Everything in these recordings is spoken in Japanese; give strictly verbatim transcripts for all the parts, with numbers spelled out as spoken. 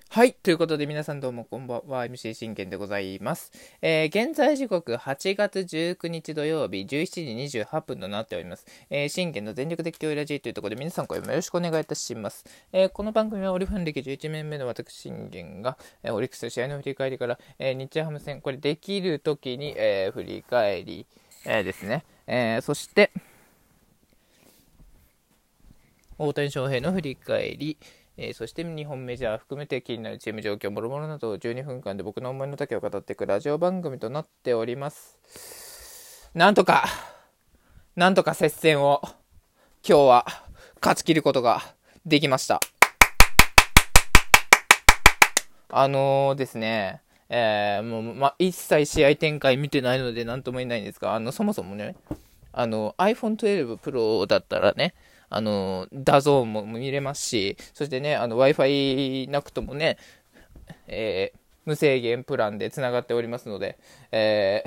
はい。ということで、皆さんどうもこんばんは。エムシー 信玄でございます。えー、現在時刻はちがつじゅうくにち土曜日じゅうしちじにじゅうはっぷんとなっております。えー、信玄の全力的教ラジーというところで皆さん今夜もよろしくお願いいたします。えー、この番組はオリファン歴じゅういちねんめの私信玄が、えー、オリックス試合の振り返りから、えー、日ハム戦、これできる時に、えー、振り返り、えー、ですね。えー、そして、大谷翔平の振り返り、えー、そして日本メジャー含めて気になるチーム状況もろもろなどをじゅうにふんかんで僕の思いの丈を語っていくラジオ番組となっております。なんとかなんとか接戦を今日は勝ち切ることができました。あのー、ですねえー、もう、ま、一切試合展開見てないので何とも言えないんですが、あのそもそもね、あの アイフォントゥエルブ Pro だったらね、あのダゾーンも見れますし、そしてね、あの Wi-Fi なくともね、えー、無制限プランでつながっておりますので、え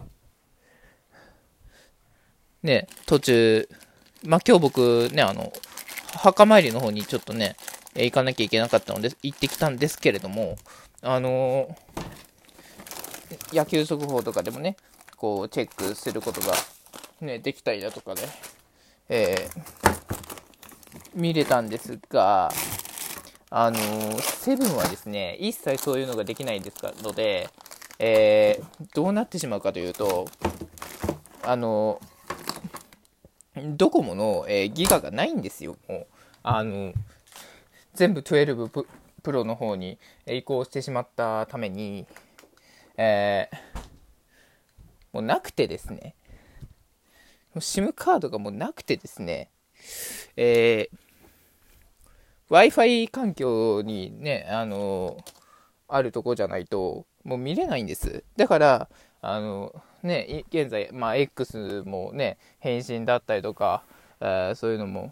ー、ね、途中、まあ、今日僕ね、あの墓参りの方にちょっとね、行かなきゃいけなかったので行ってきたんですけれども、あのー、野球速報とかでもね、こうチェックすることが、ね、できたりだとかで、えー、見れたんですが、あのー、セブンはですね、一切そういうのができないですので、えー、どうなってしまうかというと、あのー、ドコモの、えー、ギガがないんですよ。もうあのー、全部じゅうにプ、プロの方に移行してしまったために、えー、もうなくてですね、SIM カードがもうなくてですね、えー、Wi-Fi 環境にね、あのー、あるとこじゃないと、もう見れないんです。だから、あのね、現在、まあ、X もね、返信だったりとか、えーそういうのも、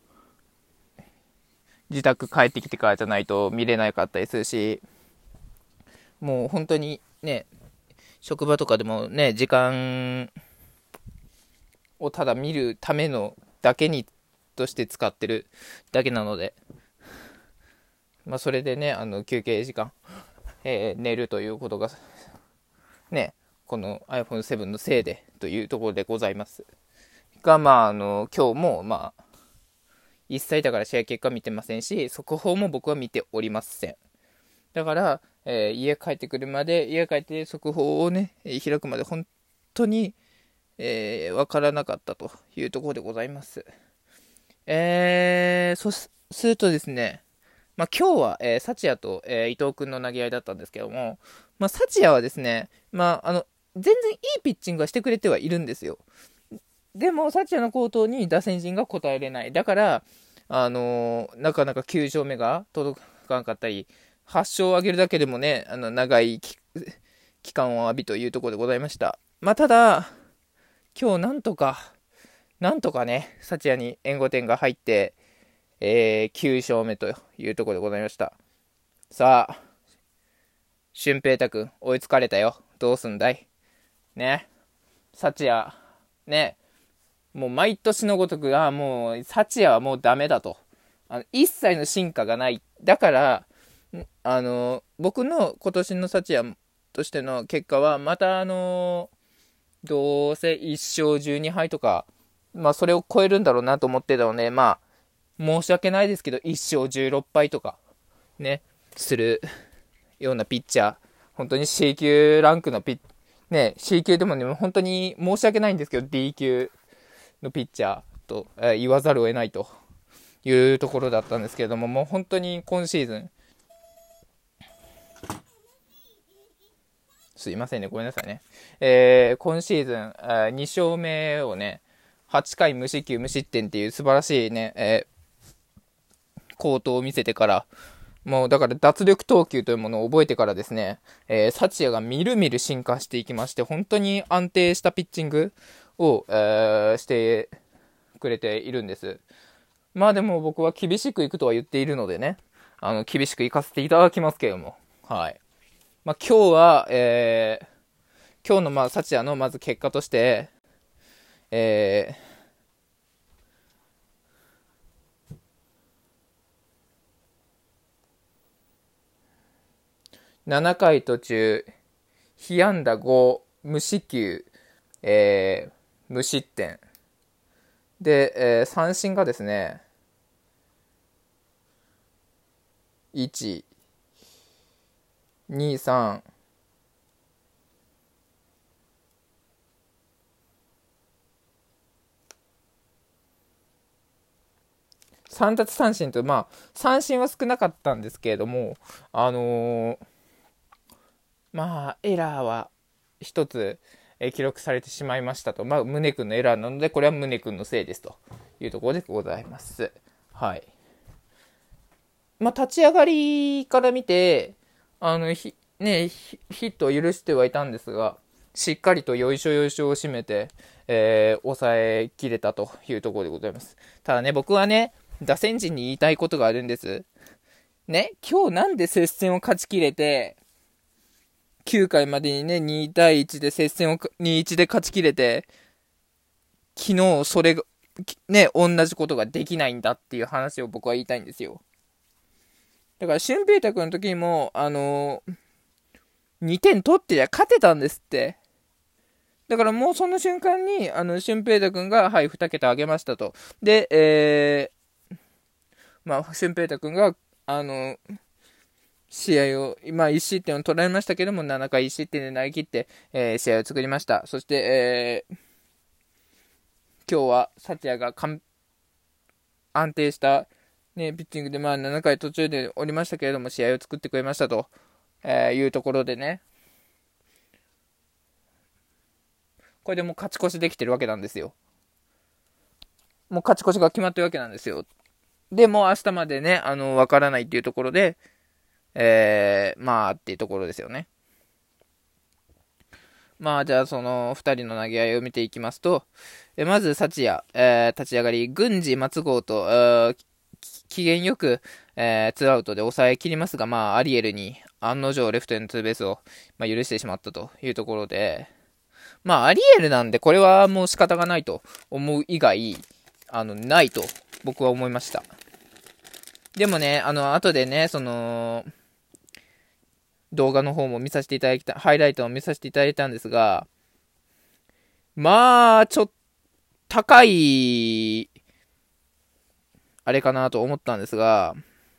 自宅帰ってきてからじゃないと見れなかったりするし、もう本当にね、職場とかでもね、時間をただ見るためのだけにとして使ってるだけなので、まあ、それでね、あの休憩時間、えー寝るということがね、この アイフォンセブン のせいでというところでございますが、まあ、あの今日もまあ一切だから試合結果見てませんし、速報も僕は見ておりません。だから、えー家帰ってくるまで、家帰って速報をね開くまで本当にえー、わからなかったというところでございます。えー、そするとですね、まあ、今日は、えー、サチヤと、えー伊藤君の投げ合いだったんですけども、まあ、サチヤはですね、まあ、あの、全然いいピッチングはしてくれてはいるんですよ。でも、サチヤの好投に打線陣が応えれない。だから、あのーなかなかきゅう勝目が届かなかったり、はっ勝を挙げるだけでもね、あの長い期間を浴びというところでございました。まあ、ただ、今日なんとか、なんとかね、サチヤに援護点が入って、えー、きゅう勝目というところでございました。さあ、俊平太くん、追いつかれたよ。どうすんだいね。サチヤ、ね。もう毎年のごとく、あもう、サチヤはもうダメだと。あの一切の進化がない。だから、あの、僕の今年のサチヤとしての結果は、またあの、どうせいっ勝じゅうにはいとか、まあそれを超えるんだろうなと思ってたので、まあ、申し訳ないですけど、いっ勝じゅうろっぱいとか、ね、するようなピッチャー、本当に C 級ランクのピッ、ね、C 級でもね、本当に申し訳ないんですけど、D 級のピッチャーと、えー言わざるを得ないというところだったんですけれども、もう本当に今シーズン、すいませんね、ごめんなさいね。えー今シーズン、えーに勝目をね、はちかい無四球無失点っていう素晴らしいね、えー好投を見せてから、もうだから脱力投球というものを覚えてからですね、えー、サチヤがみるみる進化していきまして、本当に安定したピッチングを、えーしてくれているんです。まあでも僕は厳しくいくとは言っているのでね、あの厳しくいかせていただきますけれども、はい。まあ今日は、えー、今日のまあサチヤのまず結果として、えー、 ななかい途中、被安打ご、無四球、えー、無失点。で、えー三振がですね、いち、に、さん、さん奪三振と、まあ、三振は少なかったんですけれども、あのーまあ、エラーは一つ、えー記録されてしまいましたと。まあ、宗君のエラーなので、これは宗君のせいですというところでございます。はい。まあ、立ち上がりから見て、あの、ひ、ね、ヒヒットを許してはいたんですが、しっかりとよいしょよいしょを締めて、えー抑えきれたというところでございます。ただね、僕はね、打線陣に言いたいことがあるんです。ね、今日なんで接戦を勝ちきれて、きゅうかいまでにね、に対いちで接戦をにいちで勝ちきれて、昨日それが、ね、同じことができないんだっていう話を僕は言いたいんですよ。だから、俊平太君の時にも、あのー、にてん取ってりゃ勝てたんですって。だからもうその瞬間に、あの、俊平太君が、はい、に桁上げましたと。で、えー、まあ、俊平太君が、あの、試合を、まあ、いち失点を取られましたけども、ななかいいち失点で投げ切って、えー試合を作りました。そして、えー、今日は、サチヤが安定した、ね、ピッチングで、まあ、ななかい途中でおりましたけれども、試合を作ってくれましたと、えーいうところでね、これでもう勝ち越しできてるわけなんですよ。もう勝ち越しが決まってるわけなんですよ。で、もう明日までね、あの、わからないっていうところで、えー、まあっていうところですよね。まあ、じゃあ、そのふたりの投げ合いを見ていきますと、えまず、幸也、えー立ち上がり、郡司、松郷と、えー機嫌よく、えー、ツーアウトで抑えきりますが、まあ、アリエルに案の定レフトへのツーベースを、まあ、許してしまったというところで、まあ、アリエルなんで、これはもう仕方がないと思う以外、あの、ないと僕は思いました。でもね、あの、後でね、その、動画の方も見させていただいた、ハイライトを見させていただいたんですが、まあ、ちょっと高い、あれかなと思ったんですが、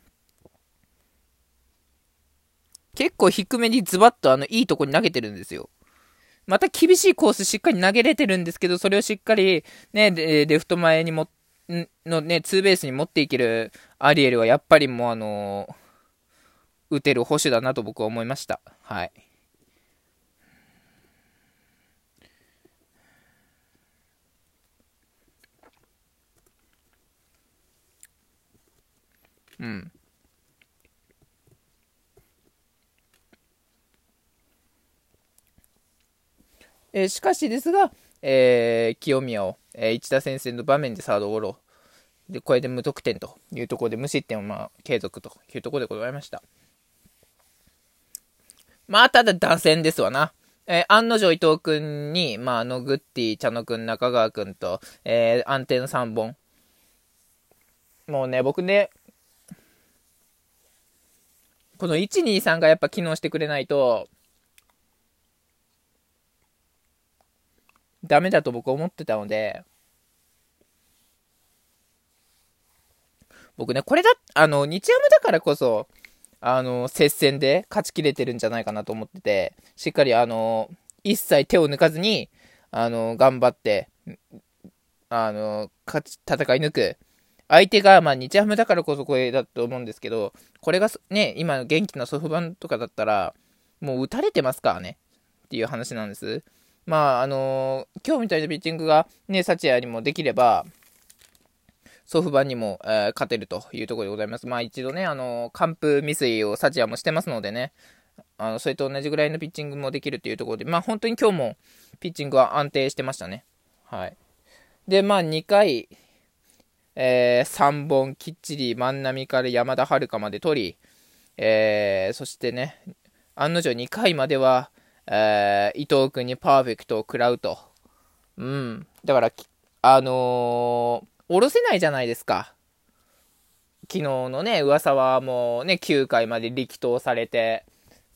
結構低めにズバッとあの、いいとこに投げてるんですよ。また厳しいコースしっかり投げれてるんですけど、それをしっかり、ね、レフト前にも、のね、ツーベースに持っていけるアリエルはやっぱりもうあのー、打てる保守だなと僕は思いました。はい。うん。えーしかしですが、えー清宮を、えー一打先制の場面でサードゴロ。で、これで無得点というところで無失点をまあ継続というところでございました。まあ、ただ打線ですわな。えー案の定伊藤くんに、まあ、あのグッティ、茶野くん、中川くんと、えー安定のさんぼん。もうね、僕ね、このいち、に、さんがやっぱ機能してくれないと、ダメだと僕は思ってたので、僕ね、これだ、あの、日ハムだからこそ、あの、接戦で勝ちきれてるんじゃないかなと思ってて、しっかりあの、一切手を抜かずに、あの、頑張って、あの、勝ち、戦い抜く。相手が、まあ、日ハムだからこそこれだと思うんですけど、これがね、今の元気なソフトバンとかだったら、もう打たれてますからね。っていう話なんです。まあ、あのー今日みたいなピッチングがね、サチヤにもできれば、ソフバンにも、えー勝てるというところでございます。まあ一度ね、あのー完封未遂をサチヤもしてますのでね、あの、それと同じぐらいのピッチングもできるというところで、まあ本当に今日もピッチングは安定してましたね。はい。で、まあにかい、えーさんぼんきっちり万波から山田遥まで取り、えーそしてね、案の定にかいまでは、えー伊藤君にパーフェクトを食らうと。うん。だから、あのー、下ろせないじゃないですか。昨日のね、噂はもうね、きゅうかいまで力投されて、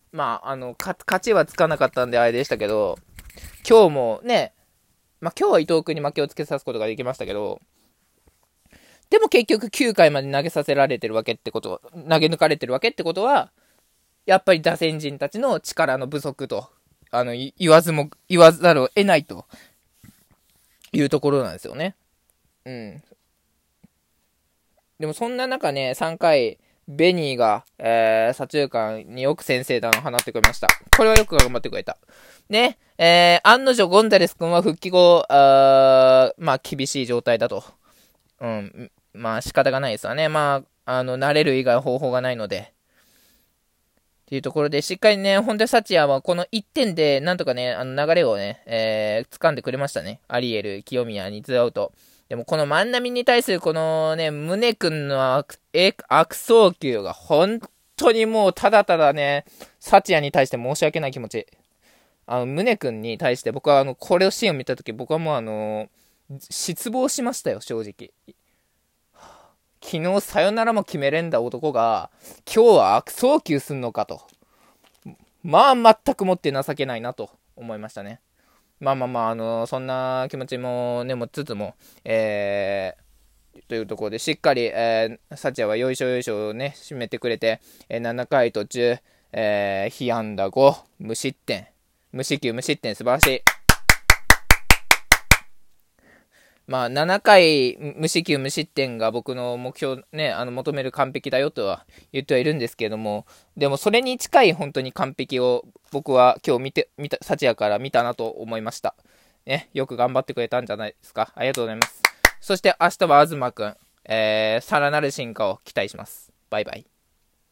まあ、あの、勝ちはつかなかったんであれでしたけど、今日もね、まあ今日は伊藤君に負けをつけさすことができましたけど、でも結局きゅうかいまで投げさせられてるわけってこと、投げ抜かれてるわけってことは、やっぱり打線陣たちの力の不足と、あの、言わずも、言わざるを得ないというところなんですよね。うん。でもそんな中ね、さんかい、ベニーが、えー、左中間によく先制弾を放ってくれました。これはよく頑張ってくれた。ね、えー、案の定ゴンザレス君は復帰後、あまあ厳しい状態だと。うん、まあ仕方がないですわね。まあ、あの、慣れる以外方法がないので。っていうところで、しっかりね、本田幸也はこのいってんで、なんとかね、あの流れをね、えー、掴んでくれましたね。アリエル、清宮にツーアウト。でもこの万波に対するこのね、宗君の悪悪送球が本当にもうただただね、幸也に対して申し訳ない気持ち。あの、宗君に対して僕はあの、これをシーンを見たとき僕はもうあの、失望しましたよ、正直。昨日サヨナラも決めれんだ男が、今日は悪送球すんのかと。まあ全くもって情けないなと思いましたね。まあまあまあ、あのー、そんな気持ちもね、持ちつつも、えー、というところで、しっかり、えー、サチヤはよいしょよいしょをね、締めてくれて、えー、ななかい途中、えー、被安打ご、無失点、無四球無失点、素晴らしい。まあ、ななかい無四球無失点が僕の目標ね、あの、求める完璧だよとは言ってはいるんですけれども、でもそれに近い本当に完璧を僕は今日見て、見た、サチヤから見たなと思いました。ね、よく頑張ってくれたんじゃないですか。ありがとうございます。そして明日は東くん、えー、さらなる進化を期待します。バイバイ。